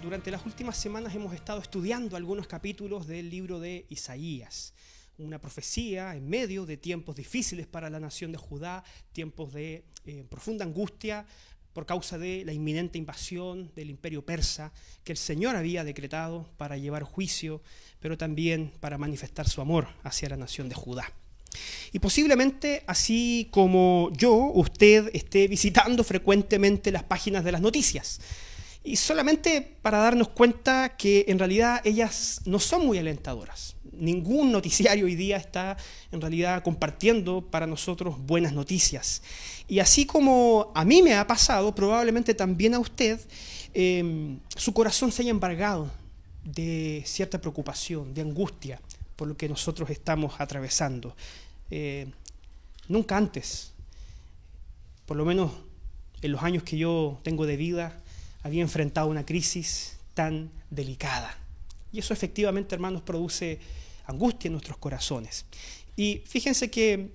Durante las últimas semanas hemos estado estudiando algunos capítulos del libro de Isaías, una profecía en medio de tiempos difíciles para la nación de Judá, tiempos de profunda angustia por causa de la inminente invasión del imperio persa que el Señor había decretado para llevar juicio, pero también para manifestar su amor hacia la nación de Judá. Y posiblemente, así como yo, usted esté visitando frecuentemente las páginas de las noticias. Y solamente para darnos cuenta que en realidad ellas no son muy alentadoras. Ningún noticiario hoy día está en realidad compartiendo para nosotros buenas noticias. Y así como a mí me ha pasado, probablemente también a usted, su corazón se haya embargado de cierta preocupación, de angustia por lo que nosotros estamos atravesando. Nunca antes, por lo menos en los años que yo tengo de vida, había enfrentado una crisis tan delicada. Y eso efectivamente, hermanos, produce angustia en nuestros corazones. Y fíjense que,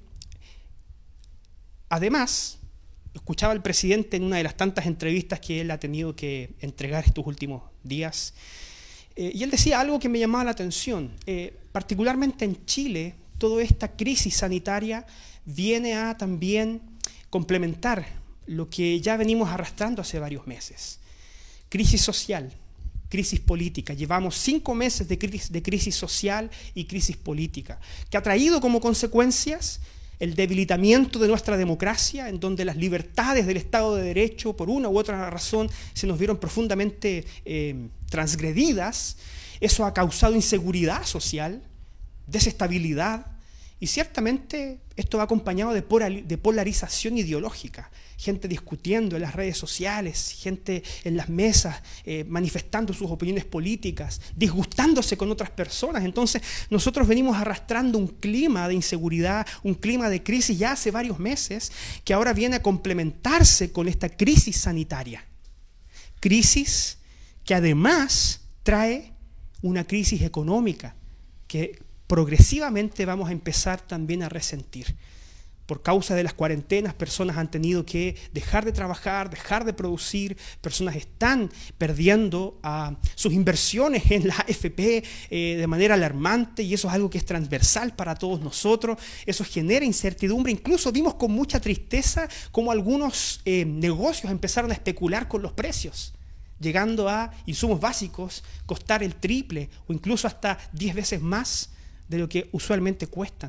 además, escuchaba al presidente en una de las tantas entrevistas que él ha tenido que entregar estos últimos días, y él decía algo que me llamaba la atención. Particularmente en Chile, toda esta crisis sanitaria viene a también complementar lo que ya venimos arrastrando hace varios meses. Crisis social, crisis política. Llevamos 5 meses de crisis social y crisis política, que ha traído como consecuencias el debilitamiento de nuestra democracia, en donde las libertades del Estado de Derecho, por una u otra razón, se nos vieron profundamente transgredidas. Eso ha causado inseguridad social, desestabilidad, y ciertamente esto va acompañado de polarización ideológica. Gente discutiendo en las redes sociales, gente en las mesas, manifestando sus opiniones políticas, disgustándose con otras personas. Entonces nosotros venimos arrastrando un clima de inseguridad, un clima de crisis ya hace varios meses, que ahora viene a complementarse con esta crisis sanitaria. Crisis que además trae una crisis económica que progresivamente vamos a empezar también a resentir. Por causa de las cuarentenas, personas han tenido que dejar de trabajar, dejar de producir, personas están perdiendo sus inversiones en la AFP de manera alarmante, y eso es algo que es transversal para todos nosotros. Eso genera incertidumbre. Incluso vimos con mucha tristeza cómo algunos negocios empezaron a especular con los precios, llegando a insumos básicos costar el triple o incluso hasta 10 veces más de lo que usualmente cuestan.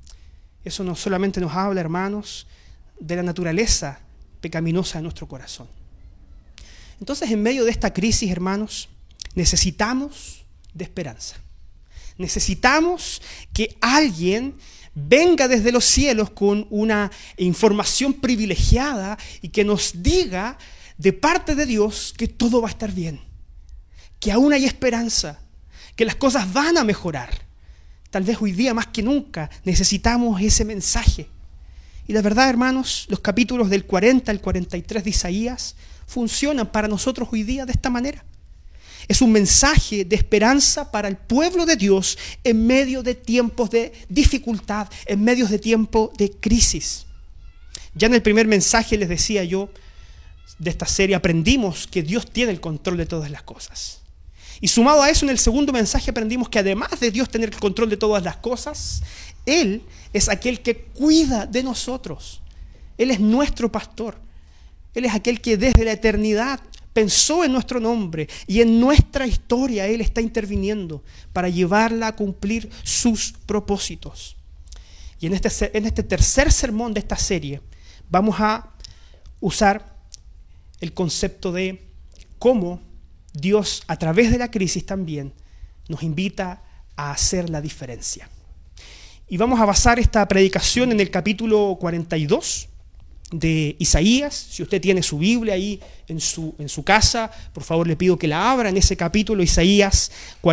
Eso no solamente nos habla, hermanos, de la naturaleza pecaminosa de nuestro corazón. Entonces, en medio de esta crisis, hermanos, necesitamos de esperanza. Necesitamos que alguien venga desde los cielos con una información privilegiada y que nos diga de parte de Dios que todo va a estar bien, que aún hay esperanza, que las cosas van a mejorar. Tal vez hoy día más que nunca necesitamos ese mensaje. Y la verdad, hermanos, los capítulos del 40 al 43 de Isaías funcionan para nosotros hoy día de esta manera. Es un mensaje de esperanza para el pueblo de Dios en medio de tiempos de dificultad, en medio de tiempos de crisis. Ya en el primer mensaje les decía yo de esta serie, aprendimos que Dios tiene el control de todas las cosas. Y sumado a eso, en el segundo mensaje aprendimos que además de Dios tener el control de todas las cosas, Él es aquel que cuida de nosotros. Él es nuestro pastor. Él es aquel que desde la eternidad pensó en nuestro nombre y en nuestra historia Él está interviniendo para llevarla a cumplir sus propósitos. Y en este tercer sermón de esta serie vamos a usar el concepto de cómo Dios, a través de la crisis también, nos invita a hacer la diferencia. Y vamos a basar esta predicación en el capítulo 42 de Isaías. Si usted tiene su Biblia ahí en su casa, por favor le pido que la abra en ese capítulo, Isaías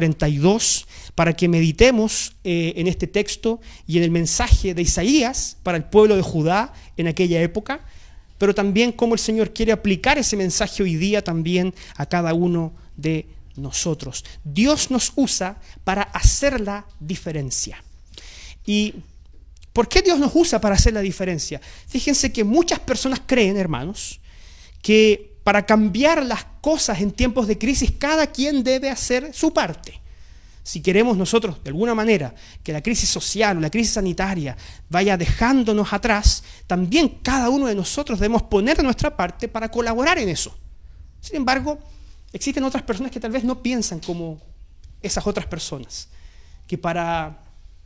42, para que meditemos en este texto y en el mensaje de Isaías para el pueblo de Judá en aquella época, pero también cómo el Señor quiere aplicar ese mensaje hoy día también a cada uno de nosotros. Dios nos usa para hacer la diferencia. ¿Y por qué Dios nos usa para hacer la diferencia? Fíjense que muchas personas creen, hermanos, que para cambiar las cosas en tiempos de crisis, cada quien debe hacer su parte. Si queremos nosotros, de alguna manera, que la crisis social o la crisis sanitaria vaya dejándonos atrás, también cada uno de nosotros debemos poner de nuestra parte para colaborar en eso. Sin embargo, existen otras personas que tal vez no piensan como esas otras personas, que para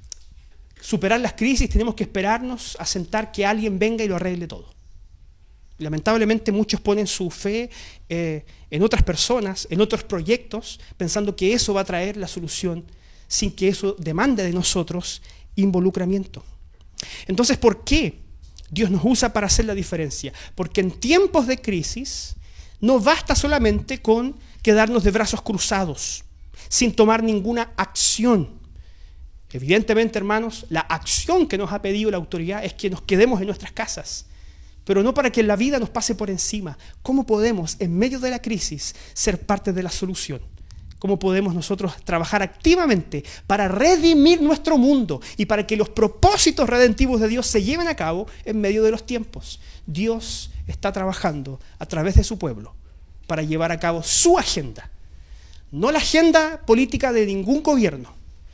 superar las crisis tenemos que esperarnos a sentar que alguien venga y lo arregle todo. Lamentablemente muchos ponen su fe en otras personas, en otros proyectos, pensando que eso va a traer la solución, sin que eso demande de nosotros involucramiento. Entonces, ¿por qué Dios nos usa para hacer la diferencia? Porque en tiempos de crisis no basta solamente con quedarnos de brazos cruzados, sin tomar ninguna acción. Evidentemente, hermanos, la acción que nos ha pedido la autoridad es que nos quedemos en nuestras casas, pero no para que la vida nos pase por encima. ¿Cómo podemos, en medio de la crisis, ser parte de la solución? ¿Cómo podemos nosotros trabajar activamente para redimir nuestro mundo y para que los propósitos redentivos de Dios se lleven a cabo en medio de los tiempos? Dios está trabajando a través de su pueblo para llevar a cabo su agenda. No la agenda política de ningún gobierno,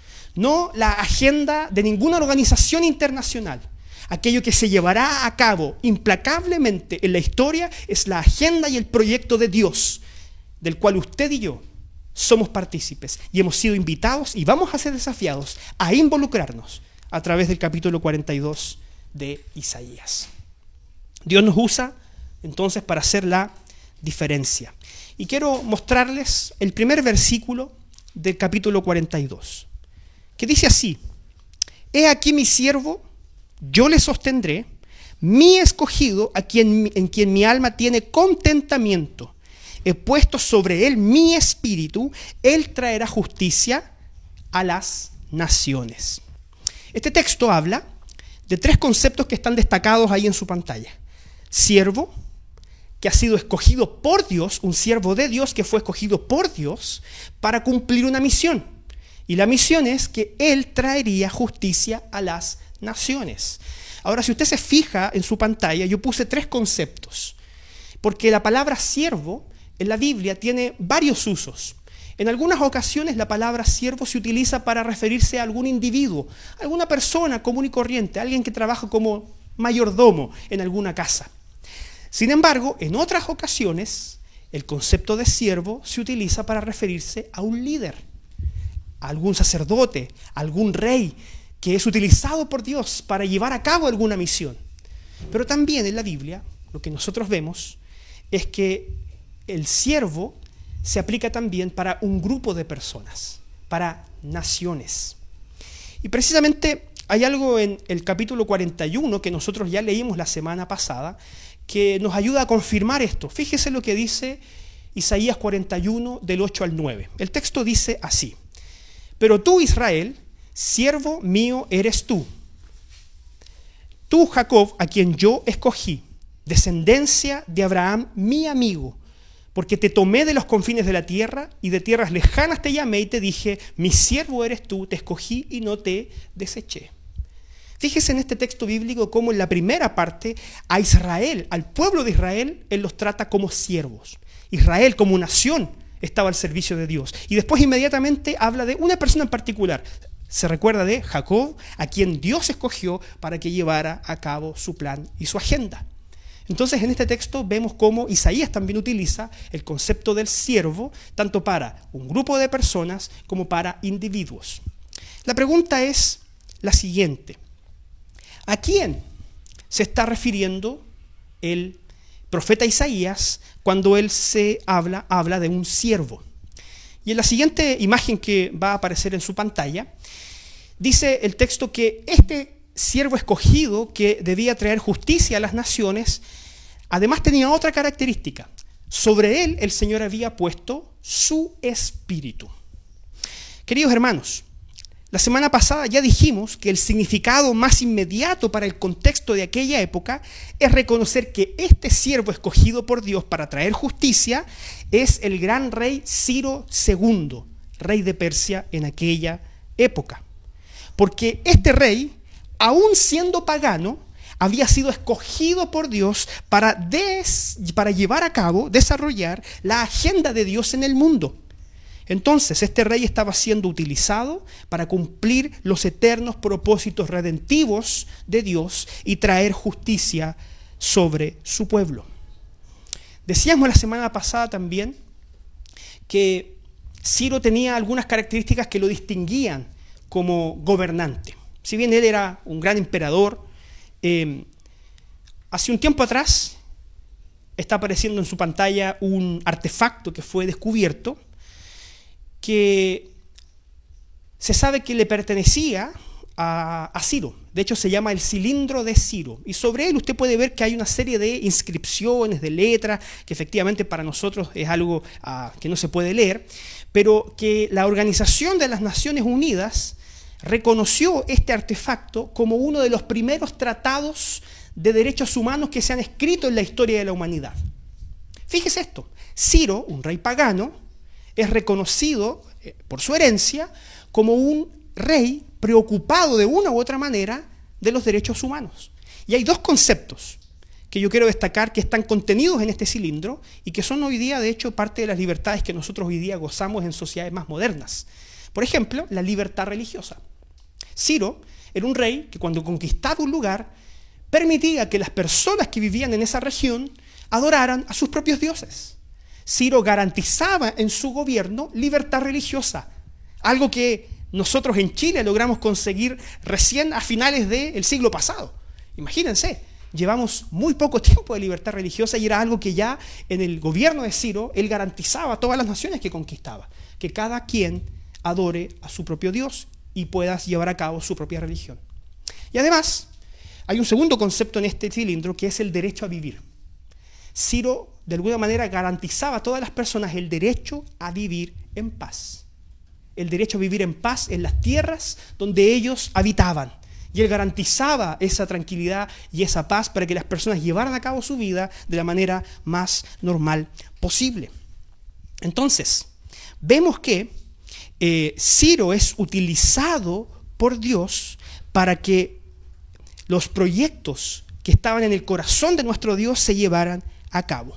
no la agenda de ninguna organización internacional. Aquello que se llevará a cabo implacablemente en la historia es la agenda y el proyecto de Dios, del cual usted y yo somos partícipes y hemos sido invitados y vamos a ser desafiados a involucrarnos a través del capítulo 42 de Isaías. Dios nos usa entonces para hacer la diferencia. Y quiero mostrarles el primer versículo del capítulo 42, que dice así: He aquí mi siervo, yo le sostendré, mi escogido, en quien mi alma tiene contentamiento. He puesto sobre él mi espíritu, él traerá justicia a las naciones. Este texto habla de tres conceptos que están destacados ahí en su pantalla. Siervo, que ha sido escogido por Dios, un siervo de Dios que fue escogido por Dios para cumplir una misión. Y la misión es que él traería justicia a las naciones. Ahora, si usted se fija en su pantalla, yo puse tres conceptos, porque la palabra siervo en la Biblia tiene varios usos. En algunas ocasiones la palabra siervo se utiliza para referirse a algún individuo, alguna persona común y corriente, alguien que trabaja como mayordomo en alguna casa. Sin embargo, en otras ocasiones, el concepto de siervo se utiliza para referirse a un líder, a algún sacerdote, a algún rey, que es utilizado por Dios para llevar a cabo alguna misión. Pero también en la Biblia, lo que nosotros vemos es que el siervo se aplica también para un grupo de personas, para naciones. Y precisamente hay algo en el capítulo 41 que nosotros ya leímos la semana pasada que nos ayuda a confirmar esto. Fíjese lo que dice Isaías 41 del 8 al 9. El texto dice así: Pero tú, Israel, siervo mío eres tú. Tú, Jacob, a quien yo escogí, descendencia de Abraham, mi amigo, porque te tomé de los confines de la tierra y de tierras lejanas te llamé y te dije, mi siervo eres tú, te escogí y no te deseché. Fíjese en este texto bíblico cómo en la primera parte a Israel, al pueblo de Israel, él los trata como siervos. Israel como nación estaba al servicio de Dios. Y después inmediatamente habla de una persona en particular. Se recuerda de Jacob, a quien Dios escogió para que llevara a cabo su plan y su agenda. Entonces en este texto vemos cómo Isaías también utiliza el concepto del siervo, tanto para un grupo de personas como para individuos. La pregunta es la siguiente: ¿a quién se está refiriendo el profeta Isaías cuando él habla de un siervo? Y en la siguiente imagen que va a aparecer en su pantalla, dice el texto que este siervo escogido que debía traer justicia a las naciones, además tenía otra característica. Sobre él el Señor había puesto su espíritu. Queridos hermanos, la semana pasada ya dijimos que el significado más inmediato para el contexto de aquella época es reconocer que este siervo escogido por Dios para traer justicia es el gran rey Ciro II, rey de Persia en aquella época. Porque este rey, aún siendo pagano, había sido escogido por Dios para llevar a cabo, desarrollar la agenda de Dios en el mundo. Entonces, este rey estaba siendo utilizado para cumplir los eternos propósitos redentivos de Dios y traer justicia sobre su pueblo. Decíamos la semana pasada también que Ciro tenía algunas características que lo distinguían como gobernante. Si bien él era un gran emperador, hace un tiempo atrás está apareciendo en su pantalla un artefacto que fue descubierto, que se sabe que le pertenecía a Ciro. De hecho, se llama el cilindro de Ciro. Y sobre él usted puede ver que hay una serie de inscripciones, de letras, que efectivamente para nosotros es algo que no se puede leer, pero que la Organización de las Naciones Unidas reconoció este artefacto como uno de los primeros tratados de derechos humanos que se han escrito en la historia de la humanidad. Fíjese esto, Ciro, un rey pagano, es reconocido por su herencia como un rey preocupado de una u otra manera de los derechos humanos. Y hay dos conceptos que yo quiero destacar que están contenidos en este cilindro y que son hoy día, de hecho, parte de las libertades que nosotros hoy día gozamos en sociedades más modernas. Por ejemplo, la libertad religiosa. Ciro era un rey que cuando conquistaba un lugar permitía que las personas que vivían en esa región adoraran a sus propios dioses. Ciro garantizaba en su gobierno libertad religiosa, algo que nosotros en Chile logramos conseguir recién a finales del siglo pasado. Imagínense, llevamos muy poco tiempo de libertad religiosa y era algo que ya en el gobierno de Ciro él garantizaba a todas las naciones que conquistaba, que cada quien adore a su propio Dios y pueda llevar a cabo su propia religión. Y además, hay un segundo concepto en este cilindro que es el derecho a vivir. Ciro, de alguna manera, garantizaba a todas las personas el derecho a vivir en paz. El derecho a vivir en paz en las tierras donde ellos habitaban. Y él garantizaba esa tranquilidad y esa paz para que las personas llevaran a cabo su vida de la manera más normal posible. Entonces, vemos que Ciro es utilizado por Dios para que los proyectos que estaban en el corazón de nuestro Dios se llevaran a cabo.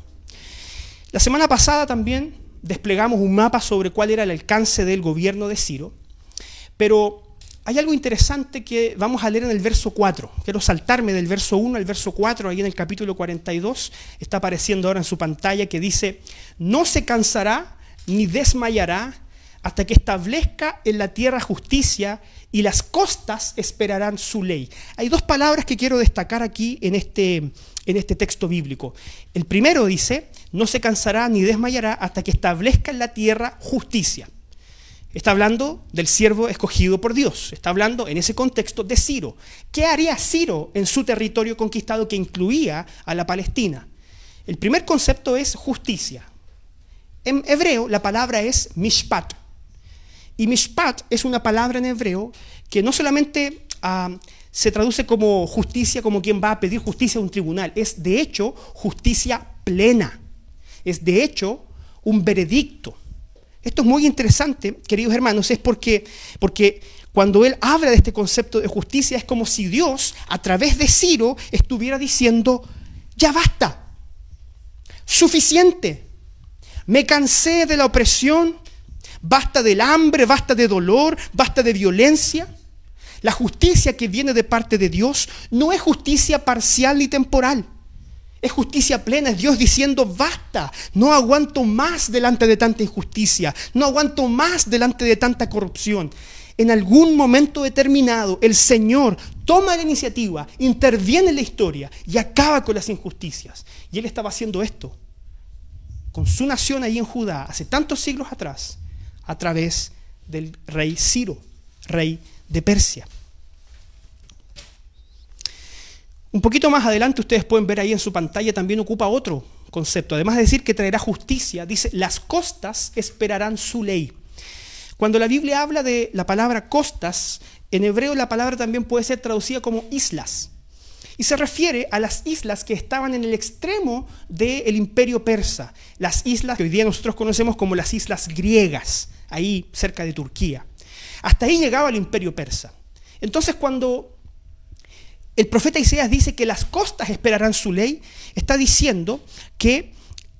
La semana pasada también desplegamos un mapa sobre cuál era el alcance del gobierno de Ciro, pero hay algo interesante que vamos a leer en el verso 4. Quiero saltarme del verso 1 al verso 4, ahí en el capítulo 42, está apareciendo ahora en su pantalla, que dice: no se cansará ni desmayará hasta que establezca en la tierra justicia y las costas esperarán su ley. Hay dos palabras que quiero destacar aquí en este texto bíblico. El primero dice: no se cansará ni desmayará hasta que establezca en la tierra justicia. Está hablando del siervo escogido por Dios. Está hablando en ese contexto de Ciro. ¿Qué haría Ciro en su territorio conquistado que incluía a la Palestina? El primer concepto es justicia. En hebreo la palabra es mishpat. Y mishpat es una palabra en hebreo que no solamente se traduce como justicia, como quien va a pedir justicia a un tribunal. Es de hecho justicia plena. Es de hecho un veredicto. Esto es muy interesante, queridos hermanos, es porque cuando él habla de este concepto de justicia es como si Dios, a través de Ciro, estuviera diciendo: ya basta, suficiente, me cansé de la opresión, basta del hambre, basta de dolor, basta de violencia. La justicia que viene de parte de Dios no es justicia parcial ni temporal. Es justicia plena, es Dios diciendo: basta, no aguanto más delante de tanta injusticia, no aguanto más delante de tanta corrupción. En algún momento determinado, el Señor toma la iniciativa, interviene en la historia y acaba con las injusticias. Y Él estaba haciendo esto con su nación ahí en Judá, hace tantos siglos atrás, a través del rey Ciro, rey de Persia. Un poquito más adelante ustedes pueden ver ahí en su pantalla, también ocupa otro concepto. Además de decir que traerá justicia, dice: las costas esperarán su ley. Cuando la Biblia habla de la palabra costas, en hebreo la palabra también puede ser traducida como islas. Y se refiere a las islas que estaban en el extremo del imperio persa. Las islas que hoy día nosotros conocemos como las islas griegas, ahí cerca de Turquía. Hasta ahí llegaba el imperio persa. Entonces cuando el profeta Isaías dice que las costas esperarán su ley, está diciendo que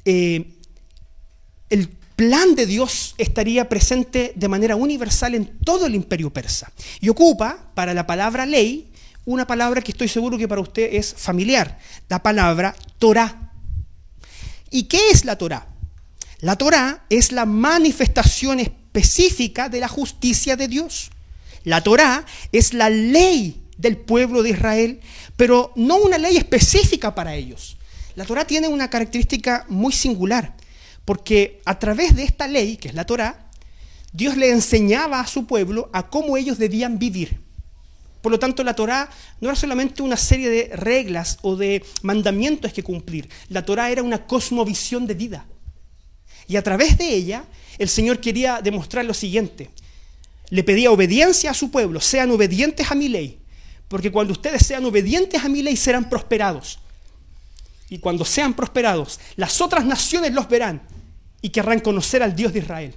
el plan de Dios estaría presente de manera universal en todo el imperio persa. Y ocupa para la palabra ley una palabra que estoy seguro que para usted es familiar, la palabra Torá. ¿Y qué es la Torá? La Torá es la manifestación específica de la justicia de Dios. La Torá es la ley del pueblo de Israel, pero no una ley específica para ellos. La Torá tiene una característica muy singular, porque a través de esta ley, que es la Torá, Dios le enseñaba a su pueblo a cómo ellos debían vivir. Por lo tanto, la Torá no era solamente una serie de reglas o de mandamientos que cumplir. La Torá era una cosmovisión de vida. Y a través de ella, el Señor quería demostrar lo siguiente. Le pedía obediencia a su pueblo, sean obedientes a mi ley, porque cuando ustedes sean obedientes a mi ley serán prosperados. Y cuando sean prosperados, las otras naciones los verán y querrán conocer al Dios de Israel.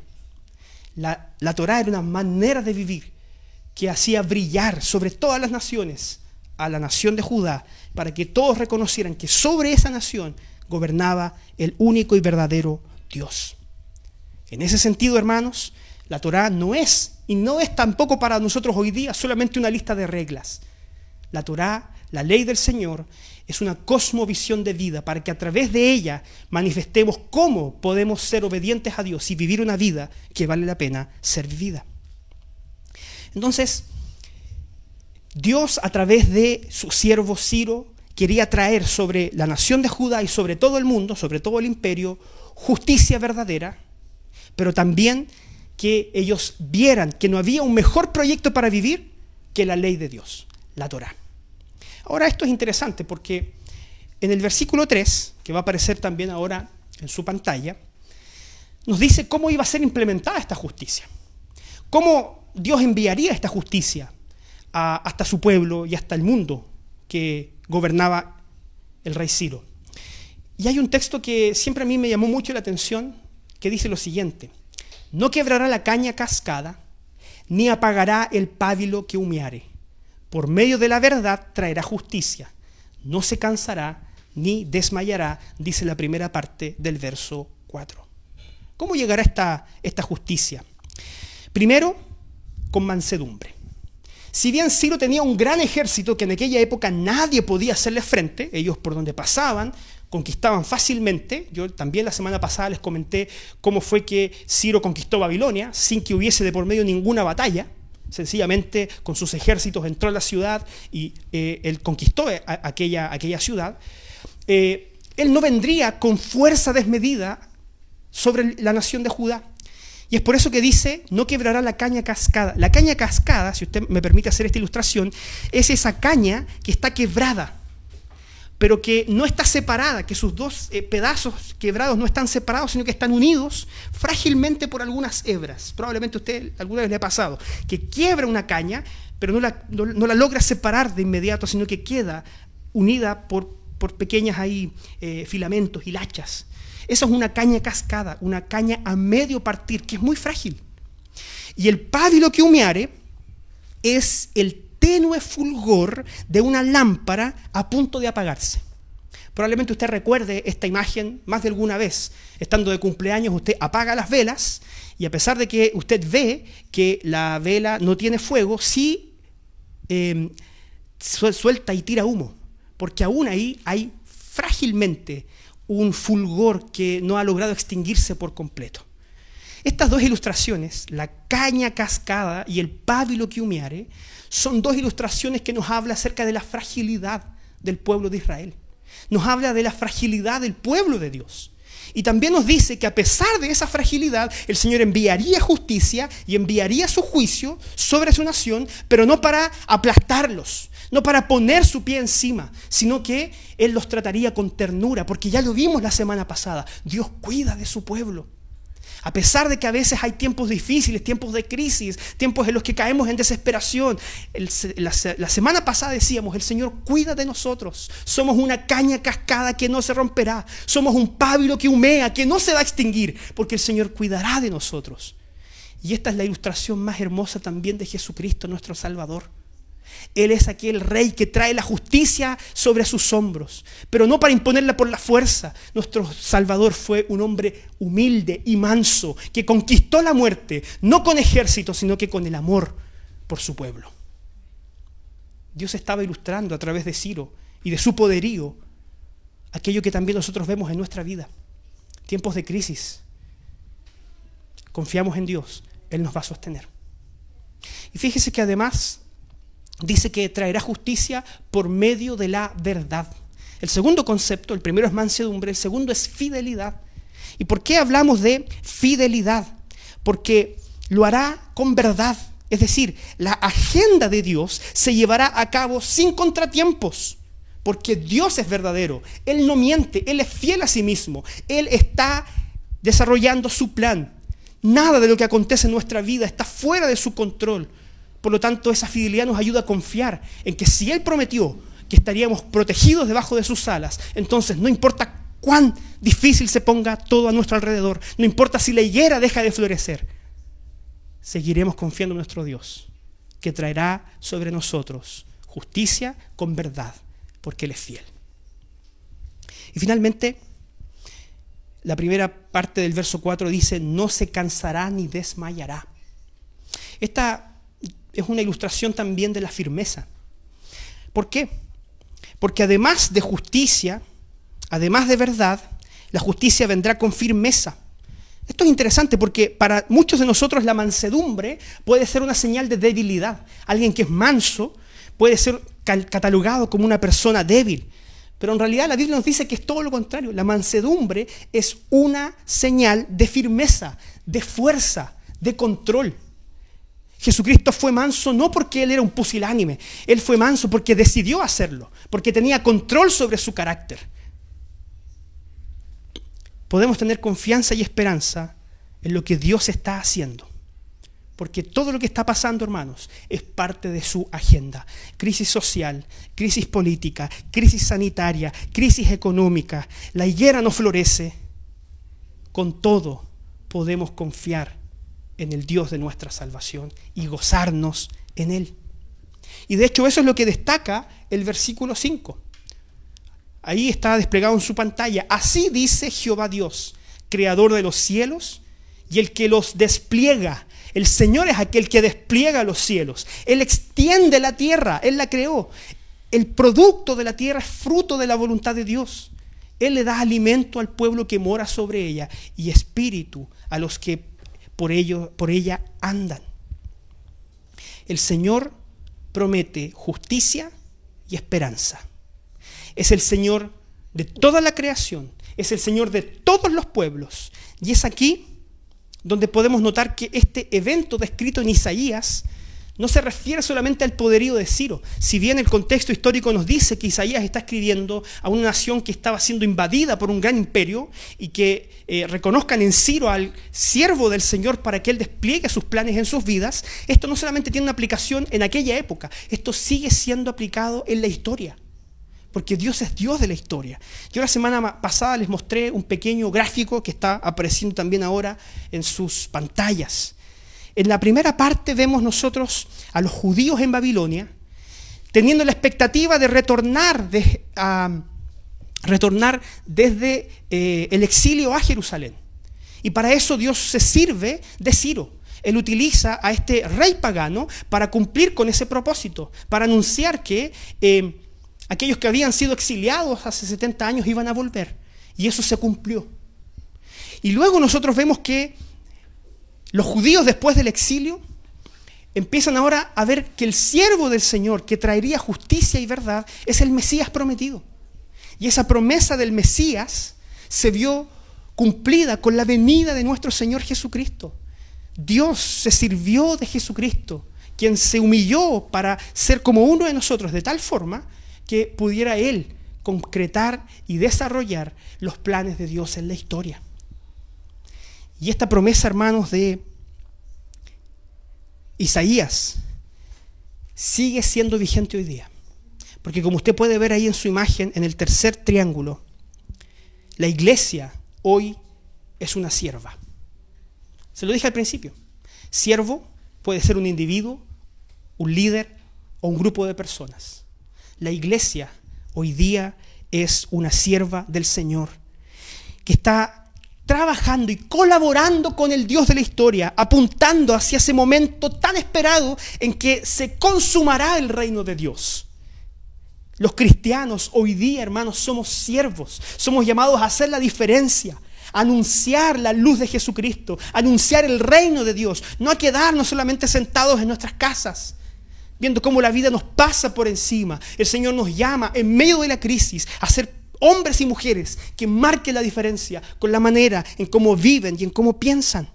La Torá era una manera de vivir que hacía brillar sobre todas las naciones a la nación de Judá, para que todos reconocieran que sobre esa nación gobernaba el único y verdadero Dios. En ese sentido, hermanos, la Torá no es, y no es tampoco para nosotros hoy día, solamente una lista de reglas. La Torá, la ley del Señor, es una cosmovisión de vida para que a través de ella manifestemos cómo podemos ser obedientes a Dios y vivir una vida que vale la pena ser vivida. Entonces, Dios a través de su siervo Ciro quería traer sobre la nación de Judá y sobre todo el mundo, sobre todo el imperio, justicia verdadera, pero también que ellos vieran que no había un mejor proyecto para vivir que la ley de Dios, la Torá. Ahora esto es interesante porque en el versículo 3, que va a aparecer también ahora en su pantalla, nos dice cómo iba a ser implementada esta justicia. Cómo Dios enviaría esta justicia hasta su pueblo y hasta el mundo que gobernaba el rey Ciro. Y hay un texto que siempre a mí me llamó mucho la atención, que dice lo siguiente: no quebrará la caña cascada, ni apagará el pábilo que humeare. Por medio de la verdad traerá justicia. No se cansará ni desmayará, dice la primera parte del verso 4. ¿Cómo llegará esta justicia? Primero, con mansedumbre. Si bien Ciro tenía un gran ejército que en aquella época nadie podía hacerle frente, ellos por donde pasaban conquistaban fácilmente. Yo también la semana pasada les comenté cómo fue que Ciro conquistó Babilonia sin que hubiese de por medio ninguna batalla. Sencillamente con sus ejércitos entró a la ciudad y él conquistó aquella ciudad. Él no vendría con fuerza desmedida sobre la nación de Judá. Y es por eso que dice, no quebrará la caña cascada. La caña cascada, si usted me permite hacer esta ilustración, es esa caña que está quebrada, pero que no está separada, que sus dos pedazos quebrados no están separados, sino que están unidos frágilmente por algunas hebras. Probablemente a usted alguna vez le ha pasado, que quiebra una caña, pero no la logra separar de inmediato, sino que queda unida por pequeñas filamentos, hilachas. Esa es una caña cascada, una caña a medio partir, que es muy frágil. Y el pábilo que humeare es el tenue fulgor de una lámpara a punto de apagarse. Probablemente usted recuerde esta imagen más de alguna vez. Estando de cumpleaños, usted apaga las velas y a pesar de que usted ve que la vela no tiene fuego, sí suelta y tira humo, porque aún ahí hay frágilmente un fulgor que no ha logrado extinguirse por completo. Estas dos ilustraciones, la caña cascada y el pábilo que humeare, son dos ilustraciones que nos hablan acerca de la fragilidad del pueblo de Israel. Nos habla de la fragilidad del pueblo de Dios. Y también nos dice que a pesar de esa fragilidad, el Señor enviaría justicia y enviaría su juicio sobre su nación, pero no para aplastarlos, no para poner su pie encima, sino que Él los trataría con ternura, porque ya lo vimos la semana pasada. Dios cuida de su pueblo. A pesar de que a veces hay tiempos difíciles, tiempos de crisis, tiempos en los que caemos en desesperación. La semana pasada decíamos, el Señor cuida de nosotros. Somos una caña cascada que no se romperá. Somos un pábilo que humea, que no se va a extinguir, porque el Señor cuidará de nosotros. Y esta es la ilustración más hermosa también de Jesucristo, nuestro Salvador. Él es aquel rey que trae la justicia sobre sus hombros, pero no para imponerla por la fuerza. Nuestro Salvador fue un hombre humilde y manso que conquistó la muerte, no con ejército, sino que con el amor por su pueblo. Dios estaba ilustrando a través de Ciro y de su poderío aquello que también nosotros vemos en nuestra vida. Tiempos de crisis. Confiamos en Dios, Él nos va a sostener. Y fíjese que además dice que traerá justicia por medio de la verdad. El segundo concepto, el primero es mansedumbre, el segundo es fidelidad. ¿Y por qué hablamos de fidelidad? Porque lo hará con verdad. Es decir, la agenda de Dios se llevará a cabo sin contratiempos. Porque Dios es verdadero. Él no miente, Él es fiel a sí mismo. Él está desarrollando su plan. Nada de lo que acontece en nuestra vida está fuera de su control. Por lo tanto, esa fidelidad nos ayuda a confiar en que si Él prometió que estaríamos protegidos debajo de sus alas, entonces no importa cuán difícil se ponga todo a nuestro alrededor, no importa si la higuera deja de florecer, seguiremos confiando en nuestro Dios, que traerá sobre nosotros justicia con verdad, porque Él es fiel. Y finalmente, la primera parte del verso 4 dice, no se cansará ni desmayará. Esta es una ilustración también de la firmeza. ¿Por qué? Porque además de justicia, además de verdad, la justicia vendrá con firmeza. Esto es interesante porque para muchos de nosotros la mansedumbre puede ser una señal de debilidad. Alguien que es manso puede ser catalogado como una persona débil. Pero en realidad la Biblia nos dice que es todo lo contrario. La mansedumbre es una señal de firmeza, de fuerza, de control. Jesucristo fue manso no porque Él era un pusilánime. Él fue manso porque decidió hacerlo, porque tenía control sobre su carácter. Podemos tener confianza y esperanza en lo que Dios está haciendo. Porque todo lo que está pasando, hermanos, es parte de su agenda. Crisis social, crisis política, crisis sanitaria, crisis económica. La higuera no florece. Con todo, podemos confiar en el Dios de nuestra salvación y gozarnos en Él. Y de hecho eso es lo que destaca el versículo 5. Ahí está desplegado en su pantalla. Así dice Jehová Dios, creador de los cielos y el que los despliega. El Señor es aquel que despliega los cielos. Él extiende la tierra, Él la creó. El producto de la tierra es fruto de la voluntad de Dios. Él le da alimento al pueblo que mora sobre ella y espíritu a los que por ella andan. El Señor promete justicia y esperanza. Es el Señor de toda la creación, es el Señor de todos los pueblos. Y es aquí donde podemos notar que este evento descrito en Isaías no se refiere solamente al poderío de Ciro. Si bien el contexto histórico nos dice que Isaías está escribiendo a una nación que estaba siendo invadida por un gran imperio y que reconozcan en Ciro al siervo del Señor para que Él despliegue sus planes en sus vidas, esto no solamente tiene una aplicación en aquella época, esto sigue siendo aplicado en la historia. Porque Dios es Dios de la historia. Yo la semana pasada les mostré un pequeño gráfico que está apareciendo también ahora en sus pantallas. En la primera parte vemos nosotros a los judíos en Babilonia teniendo la expectativa de retornar desde el exilio a Jerusalén. Y para eso Dios se sirve de Ciro. Él utiliza a este rey pagano para cumplir con ese propósito, para anunciar que aquellos que habían sido exiliados hace 70 años iban a volver. Y eso se cumplió. Y luego nosotros vemos que los judíos después del exilio empiezan ahora a ver que el siervo del Señor que traería justicia y verdad es el Mesías prometido. Y esa promesa del Mesías se vio cumplida con la venida de nuestro Señor Jesucristo. Dios se sirvió de Jesucristo, quien se humilló para ser como uno de nosotros, de tal forma que pudiera Él concretar y desarrollar los planes de Dios en la historia. Y esta promesa, hermanos, de Isaías sigue siendo vigente hoy día. Porque como usted puede ver ahí en su imagen, en el tercer triángulo, la iglesia hoy es una sierva. Se lo dije al principio. Siervo puede ser un individuo, un líder o un grupo de personas. La iglesia hoy día es una sierva del Señor que está trabajando y colaborando con el Dios de la historia, apuntando hacia ese momento tan esperado en que se consumará el reino de Dios. Los cristianos hoy día, hermanos, somos siervos, somos llamados a hacer la diferencia, a anunciar la luz de Jesucristo, a anunciar el reino de Dios, no a quedarnos solamente sentados en nuestras casas, viendo cómo la vida nos pasa por encima. El Señor nos llama en medio de la crisis a ser hombres y mujeres que marquen la diferencia con la manera en cómo viven y en cómo piensan.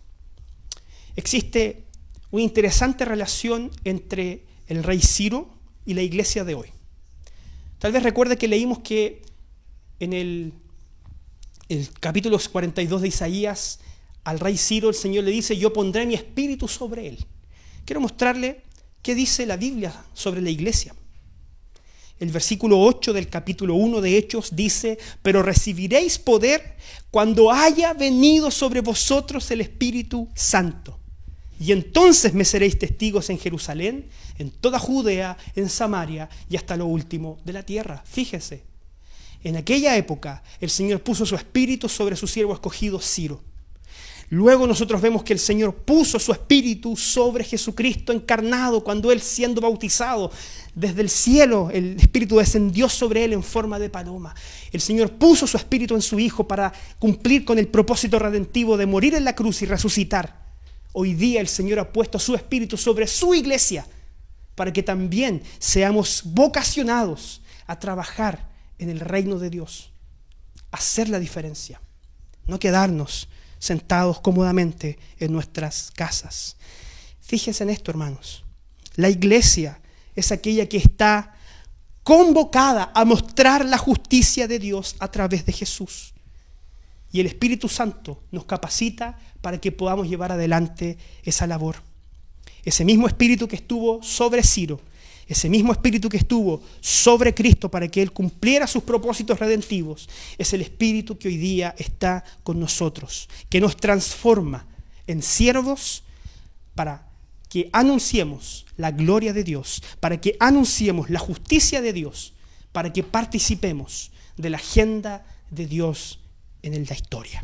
Existe una interesante relación entre el rey Ciro y la iglesia de hoy. Tal vez recuerde que leímos que en el capítulo 42 de Isaías, al rey Ciro el Señor le dice: yo pondré mi espíritu sobre él. Quiero mostrarle qué dice la Biblia sobre la iglesia. El versículo 8 del capítulo 1 de Hechos dice: pero recibiréis poder cuando haya venido sobre vosotros el Espíritu Santo. Y entonces me seréis testigos en Jerusalén, en toda Judea, en Samaria y hasta lo último de la tierra. Fíjese, en aquella época el Señor puso su Espíritu sobre su siervo escogido Ciro. Luego nosotros vemos que el Señor puso su Espíritu sobre Jesucristo encarnado, cuando Él, siendo bautizado desde el cielo, el Espíritu descendió sobre Él en forma de paloma. El Señor puso su Espíritu en su Hijo para cumplir con el propósito redentivo de morir en la cruz y resucitar. Hoy día el Señor ha puesto su Espíritu sobre su iglesia para que también seamos vocacionados a trabajar en el reino de Dios, a hacer la diferencia, no quedarnos sentados cómodamente en nuestras casas. Fíjense en esto, hermanos. La iglesia es aquella que está convocada a mostrar la justicia de Dios a través de Jesús. Y el Espíritu Santo nos capacita para que podamos llevar adelante esa labor. Ese mismo Espíritu que estuvo sobre Ciro, ese mismo Espíritu que estuvo sobre Cristo para que Él cumpliera sus propósitos redentivos, es el Espíritu que hoy día está con nosotros, que nos transforma en siervos para que anunciemos la gloria de Dios, para que anunciemos la justicia de Dios, para que participemos de la agenda de Dios en la historia.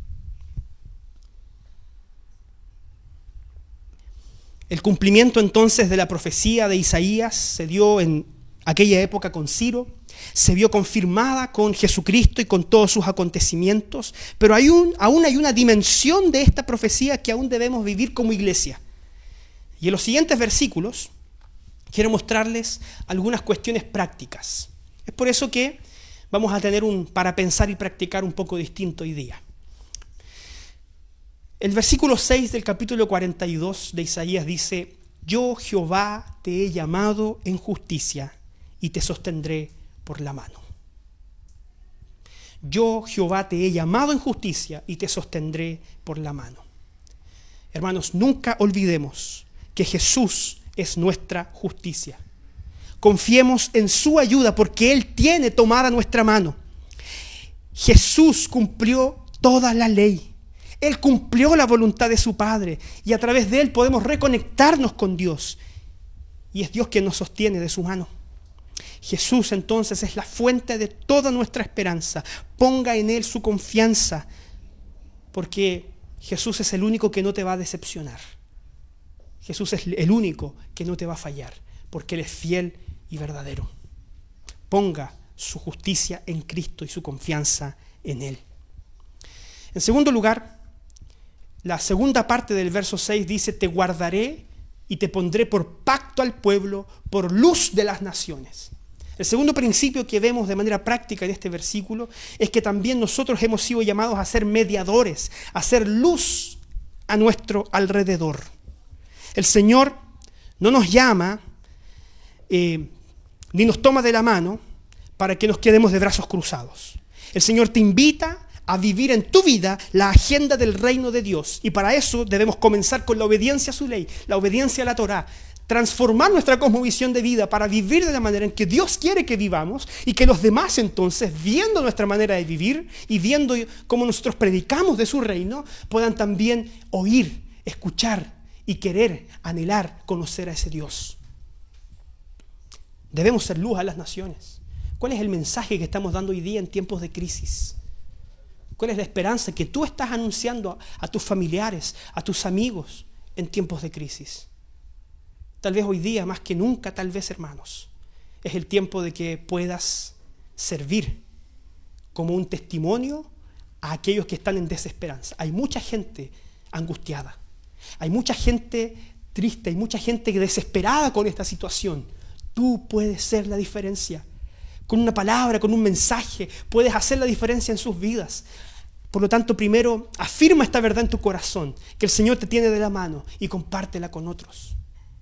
El cumplimiento entonces de la profecía de Isaías se dio en aquella época con Ciro, se vio confirmada con Jesucristo y con todos sus acontecimientos, pero aún hay una dimensión de esta profecía que aún debemos vivir como iglesia. Y en los siguientes versículos quiero mostrarles algunas cuestiones prácticas. Es por eso que vamos a tener para pensar y practicar un poco distinto hoy día. El versículo 6 del capítulo 42 de Isaías dice: yo, Jehová, te he llamado en justicia y te sostendré por la mano. Yo, Jehová, te he llamado en justicia y te sostendré por la mano. Hermanos, nunca olvidemos que Jesús es nuestra justicia. Confiemos en su ayuda porque Él tiene tomada nuestra mano. Jesús cumplió toda la ley. Él cumplió la voluntad de su Padre y a través de Él podemos reconectarnos con Dios. Y es Dios quien nos sostiene de su mano. Jesús entonces es la fuente de toda nuestra esperanza. Ponga en Él su confianza, porque Jesús es el único que no te va a decepcionar. Jesús es el único que no te va a fallar, porque Él es fiel y verdadero. Ponga su justicia en Cristo y su confianza en Él. En segundo lugar, la segunda parte del verso 6 dice: te guardaré y te pondré por pacto al pueblo, por luz de las naciones. El segundo principio que vemos de manera práctica en este versículo es que también nosotros hemos sido llamados a ser mediadores, a hacer luz a nuestro alrededor. El Señor no nos llama ni nos toma de la mano para que nos quedemos de brazos cruzados. El Señor te invita a vivir en tu vida la agenda del reino de Dios. Y para eso debemos comenzar con la obediencia a su ley, la obediencia a la Torá, transformar nuestra cosmovisión de vida para vivir de la manera en que Dios quiere que vivamos y que los demás entonces, viendo nuestra manera de vivir y viendo cómo nosotros predicamos de su reino, puedan también oír, escuchar y querer, anhelar, conocer a ese Dios. Debemos ser luz a las naciones. ¿Cuál es el mensaje que estamos dando hoy día en tiempos de crisis? ¿Cuál es la esperanza que tú estás anunciando a tus familiares, a tus amigos en tiempos de crisis? Tal vez hoy día, más que nunca, tal vez, hermanos, es el tiempo de que puedas servir como un testimonio a aquellos que están en desesperanza. Hay mucha gente angustiada, hay mucha gente triste, hay mucha gente desesperada con esta situación. Tú puedes ser la diferencia. Con una palabra, con un mensaje, puedes hacer la diferencia en sus vidas. Por lo tanto, primero, afirma esta verdad en tu corazón, que el Señor te tiene de la mano, y compártela con otros.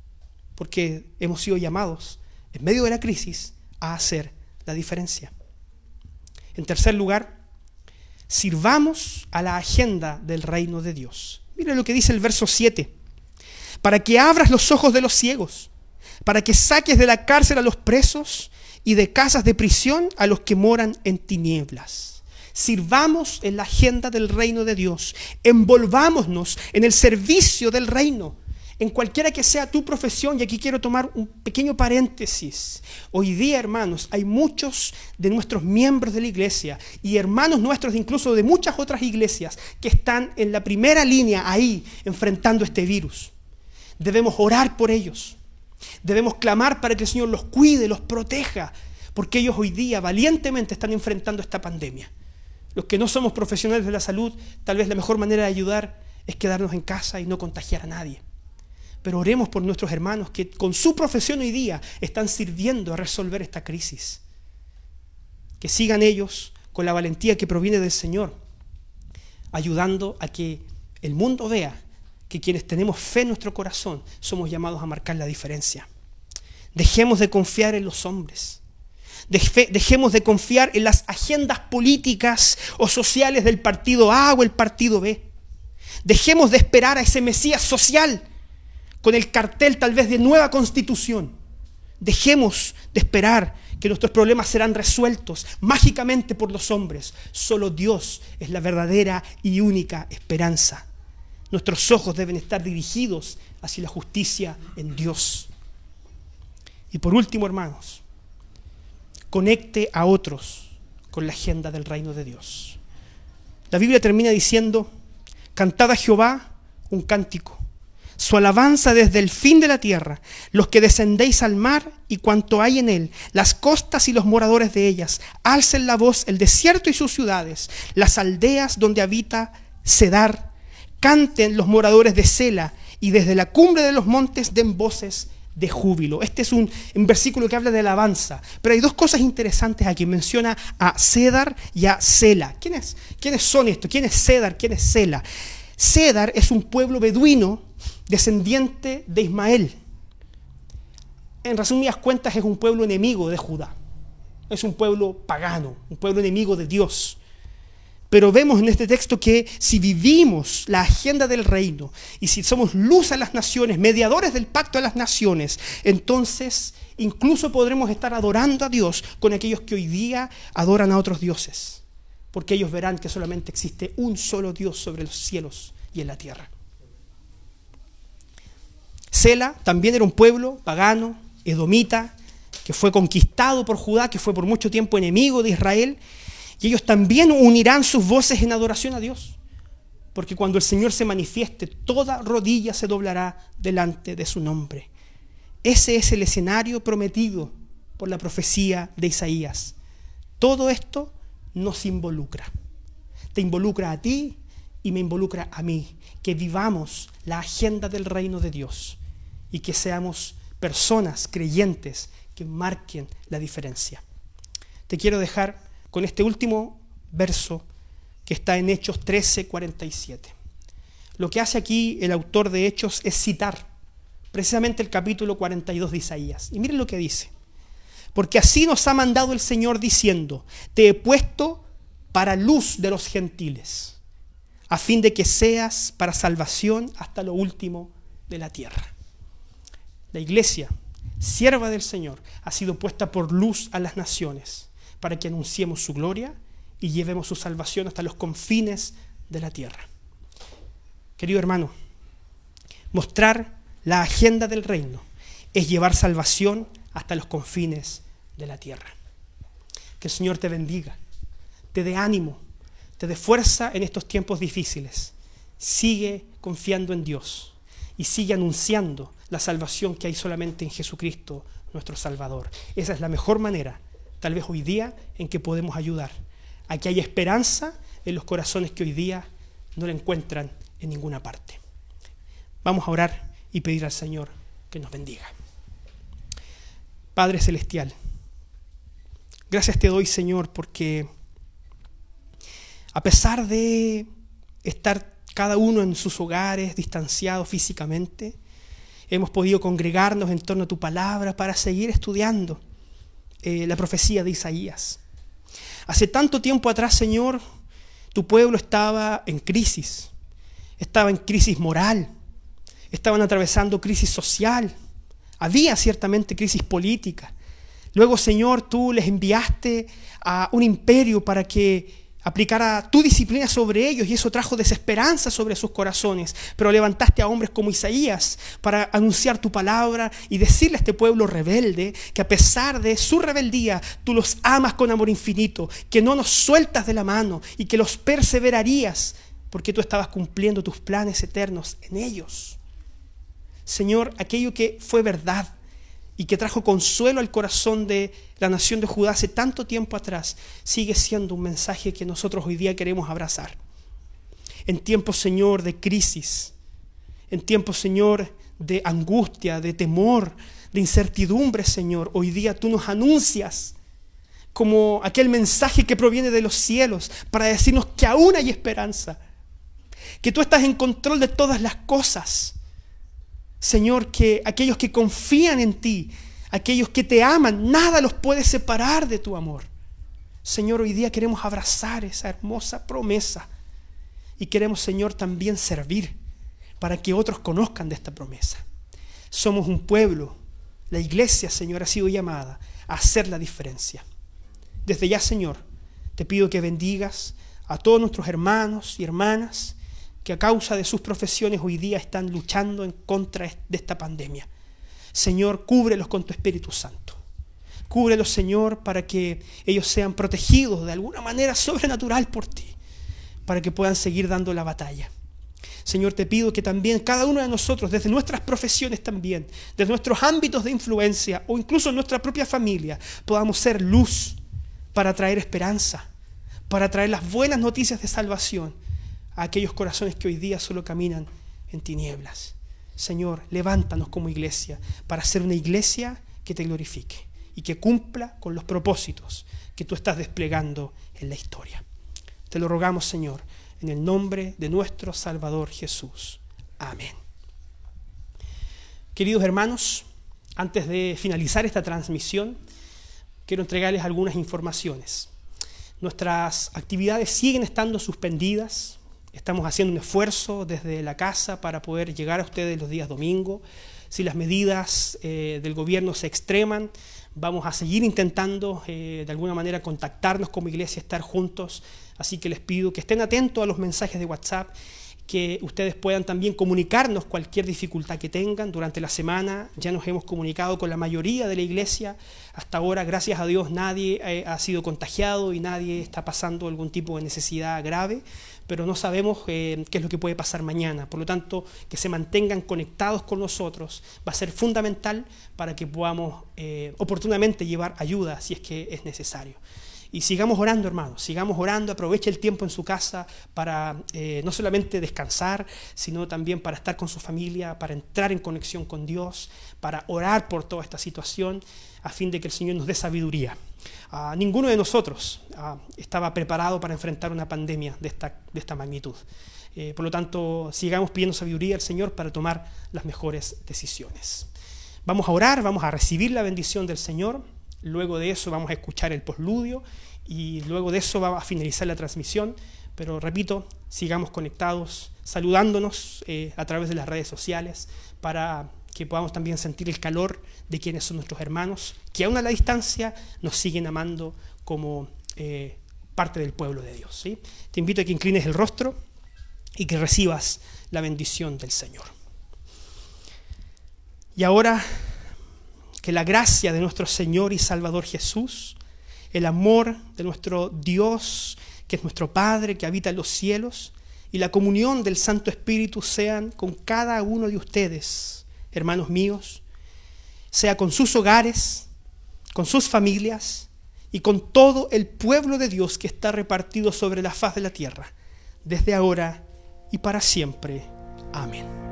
Porque hemos sido llamados, en medio de la crisis, a hacer la diferencia. En tercer lugar, sirvamos a la agenda del reino de Dios. Mira lo que dice el verso 7. Para que abras los ojos de los ciegos, para que saques de la cárcel a los presos y de casas de prisión a los que moran en tinieblas. Sirvamos en la agenda del reino de Dios. Envolvámonos en el servicio del reino, en cualquiera que sea tu profesión. Y aquí quiero tomar un pequeño paréntesis. Hoy día, hermanos, hay muchos de nuestros miembros de la iglesia y hermanos nuestros incluso de muchas otras iglesias que están en la primera línea ahí enfrentando este virus. Debemos orar por ellos. Debemos clamar para que el Señor los cuide, los proteja, porque ellos hoy día valientemente están enfrentando esta pandemia. Los que no somos profesionales de la salud, tal vez la mejor manera de ayudar es quedarnos en casa y no contagiar a nadie. Pero oremos por nuestros hermanos que con su profesión hoy día están sirviendo a resolver esta crisis. Que sigan ellos con la valentía que proviene del Señor, ayudando a que el mundo vea que quienes tenemos fe en nuestro corazón somos llamados a marcar la diferencia. Dejemos de confiar en los hombres. Dejemos de confiar en las agendas políticas o sociales del partido A o el partido B. Dejemos de esperar a ese Mesías social con el cartel tal vez de nueva constitución. Dejemos de esperar que nuestros problemas serán resueltos mágicamente por los hombres. Solo Dios es la verdadera y única esperanza. Nuestros ojos deben estar dirigidos hacia la justicia en Dios. Y por último, hermanos, conecte a otros con la agenda del reino de Dios. La Biblia termina diciendo: cantad a Jehová un cántico, su alabanza desde el fin de la tierra, los que descendéis al mar y cuanto hay en él, las costas y los moradores de ellas, alcen la voz el desierto y sus ciudades, las aldeas donde habita Cedar. Canten los moradores de Sela, y desde la cumbre de los montes den voces de júbilo. Este es un versículo que habla de alabanza. Pero hay dos cosas interesantes aquí. Menciona a Cedar y a Sela. ¿Quiénes son estos? ¿Quién es Cedar? ¿Quién es Sela? Cedar es un pueblo beduino descendiente de Ismael. En resumidas cuentas, es un pueblo enemigo de Judá. Es un pueblo pagano, un pueblo enemigo de Dios. Pero vemos en este texto que si vivimos la agenda del reino y si somos luz a las naciones, mediadores del pacto de las naciones, entonces incluso podremos estar adorando a Dios con aquellos que hoy día adoran a otros dioses, porque ellos verán que solamente existe un solo Dios sobre los cielos y en la tierra. Sela también era un pueblo pagano, edomita, que fue conquistado por Judá, que fue por mucho tiempo enemigo de Israel. Y ellos también unirán sus voces en adoración a Dios. Porque cuando el Señor se manifieste, toda rodilla se doblará delante de su nombre. Ese es el escenario prometido por la profecía de Isaías. Todo esto nos involucra. Te involucra a ti y me involucra a mí. Que vivamos la agenda del reino de Dios y que seamos personas creyentes que marquen la diferencia. Te quiero dejar con este último verso que está en Hechos 13:47. Lo que hace aquí el autor de Hechos es citar precisamente el capítulo 42 de Isaías. Y miren lo que dice: porque así nos ha mandado el Señor diciendo, te he puesto para luz de los gentiles, a fin de que seas para salvación hasta lo último de la tierra. La iglesia, sierva del Señor, ha sido puesta por luz a las naciones, para que anunciemos su gloria y llevemos su salvación hasta los confines de la tierra. Querido hermano, mostrar la agenda del reino es llevar salvación hasta los confines de la tierra. Que el Señor te bendiga, te dé ánimo, te dé fuerza en estos tiempos difíciles. Sigue confiando en Dios y sigue anunciando la salvación que hay solamente en Jesucristo, nuestro Salvador. Esa es la mejor manera, tal vez hoy día, en que podemos ayudar a que haya esperanza en los corazones que hoy día no la encuentran en ninguna parte. Vamos a orar y pedir al Señor que nos bendiga. Padre Celestial, gracias te doy, Señor, porque a pesar de estar cada uno en sus hogares, distanciados físicamente, hemos podido congregarnos en torno a tu palabra para seguir estudiando la profecía de Isaías. Hace tanto tiempo atrás, Señor, tu pueblo estaba en crisis moral, estaban atravesando crisis social, había ciertamente crisis política. Luego, Señor, tú les enviaste a un imperio para que aplicara tu disciplina sobre ellos, y eso trajo desesperanza sobre sus corazones. Pero levantaste a hombres como Isaías para anunciar tu palabra y decirle a este pueblo rebelde que a pesar de su rebeldía, tú los amas con amor infinito, que no nos sueltas de la mano y que los perseverarías porque tú estabas cumpliendo tus planes eternos en ellos. Señor, aquello que fue verdad y que trajo consuelo al corazón de la nación de Judá hace tanto tiempo atrás, sigue siendo un mensaje que nosotros hoy día queremos abrazar. En tiempos, Señor, de crisis, en tiempos, Señor, de angustia, de temor, de incertidumbre, Señor, hoy día tú nos anuncias como aquel mensaje que proviene de los cielos para decirnos que aún hay esperanza, que tú estás en control de todas las cosas. Señor, que aquellos que confían en ti, aquellos que te aman, nada los puede separar de tu amor. Señor, hoy día queremos abrazar esa hermosa promesa y queremos, Señor, también servir para que otros conozcan de esta promesa. Somos un pueblo, la iglesia, Señor, ha sido llamada a hacer la diferencia. Desde ya, Señor, te pido que bendigas a todos nuestros hermanos y hermanas que a causa de sus profesiones hoy día están luchando en contra de esta pandemia. Señor, cúbrelos con tu Espíritu Santo. Cúbrelos, Señor, para que ellos sean protegidos de alguna manera sobrenatural por ti, para que puedan seguir dando la batalla. Señor, te pido que también cada uno de nosotros, desde nuestras profesiones también, desde nuestros ámbitos de influencia o incluso en nuestra propia familia, podamos ser luz para traer esperanza, para traer las buenas noticias de salvación a aquellos corazones que hoy día solo caminan en tinieblas. Señor, levántanos como iglesia para ser una iglesia que te glorifique y que cumpla con los propósitos que tú estás desplegando en la historia. Te lo rogamos, Señor, en el nombre de nuestro Salvador Jesús. Amén. Queridos hermanos, antes de finalizar esta transmisión, quiero entregarles algunas informaciones. Nuestras actividades siguen estando suspendidas. Estamos haciendo un esfuerzo desde la casa para poder llegar a ustedes los días domingo. Si las medidas del gobierno se extreman, vamos a seguir intentando de alguna manera contactarnos como iglesia, estar juntos. Así que les pido que estén atentos a los mensajes de WhatsApp, que ustedes puedan también comunicarnos cualquier dificultad que tengan durante la semana. Ya nos hemos comunicado con la mayoría de la iglesia. Hasta ahora, gracias a Dios, nadie ha sido contagiado y nadie está pasando algún tipo de necesidad grave, pero no sabemos qué es lo que puede pasar mañana. Por lo tanto, que se mantengan conectados con nosotros va a ser fundamental para que podamos oportunamente llevar ayuda si es que es necesario. Y sigamos orando, hermanos, sigamos orando. Aproveche el tiempo en su casa para no solamente descansar, sino también para estar con su familia, para entrar en conexión con Dios, para orar por toda esta situación, a fin de que el Señor nos dé sabiduría. Ninguno de nosotros estaba preparado para enfrentar una pandemia de esta magnitud. Por lo tanto, sigamos pidiendo sabiduría al Señor para tomar las mejores decisiones. Vamos a orar, vamos a recibir la bendición del Señor. Luego de eso vamos a escuchar el postludio y luego de eso va a finalizar la transmisión. Pero repito, sigamos conectados, saludándonos a través de las redes sociales para que podamos también sentir el calor de quienes son nuestros hermanos, que aún a la distancia nos siguen amando como parte del pueblo de Dios, ¿sí? Te invito a que inclines el rostro y que recibas la bendición del Señor. Y ahora Que la gracia de nuestro Señor y Salvador Jesús, el amor de nuestro Dios, que es nuestro Padre, que habita en los cielos, y la comunión del Santo Espíritu sean con cada uno de ustedes, hermanos míos, sea con sus hogares, con sus familias y con todo el pueblo de Dios que está repartido sobre la faz de la tierra, desde ahora y para siempre. Amén.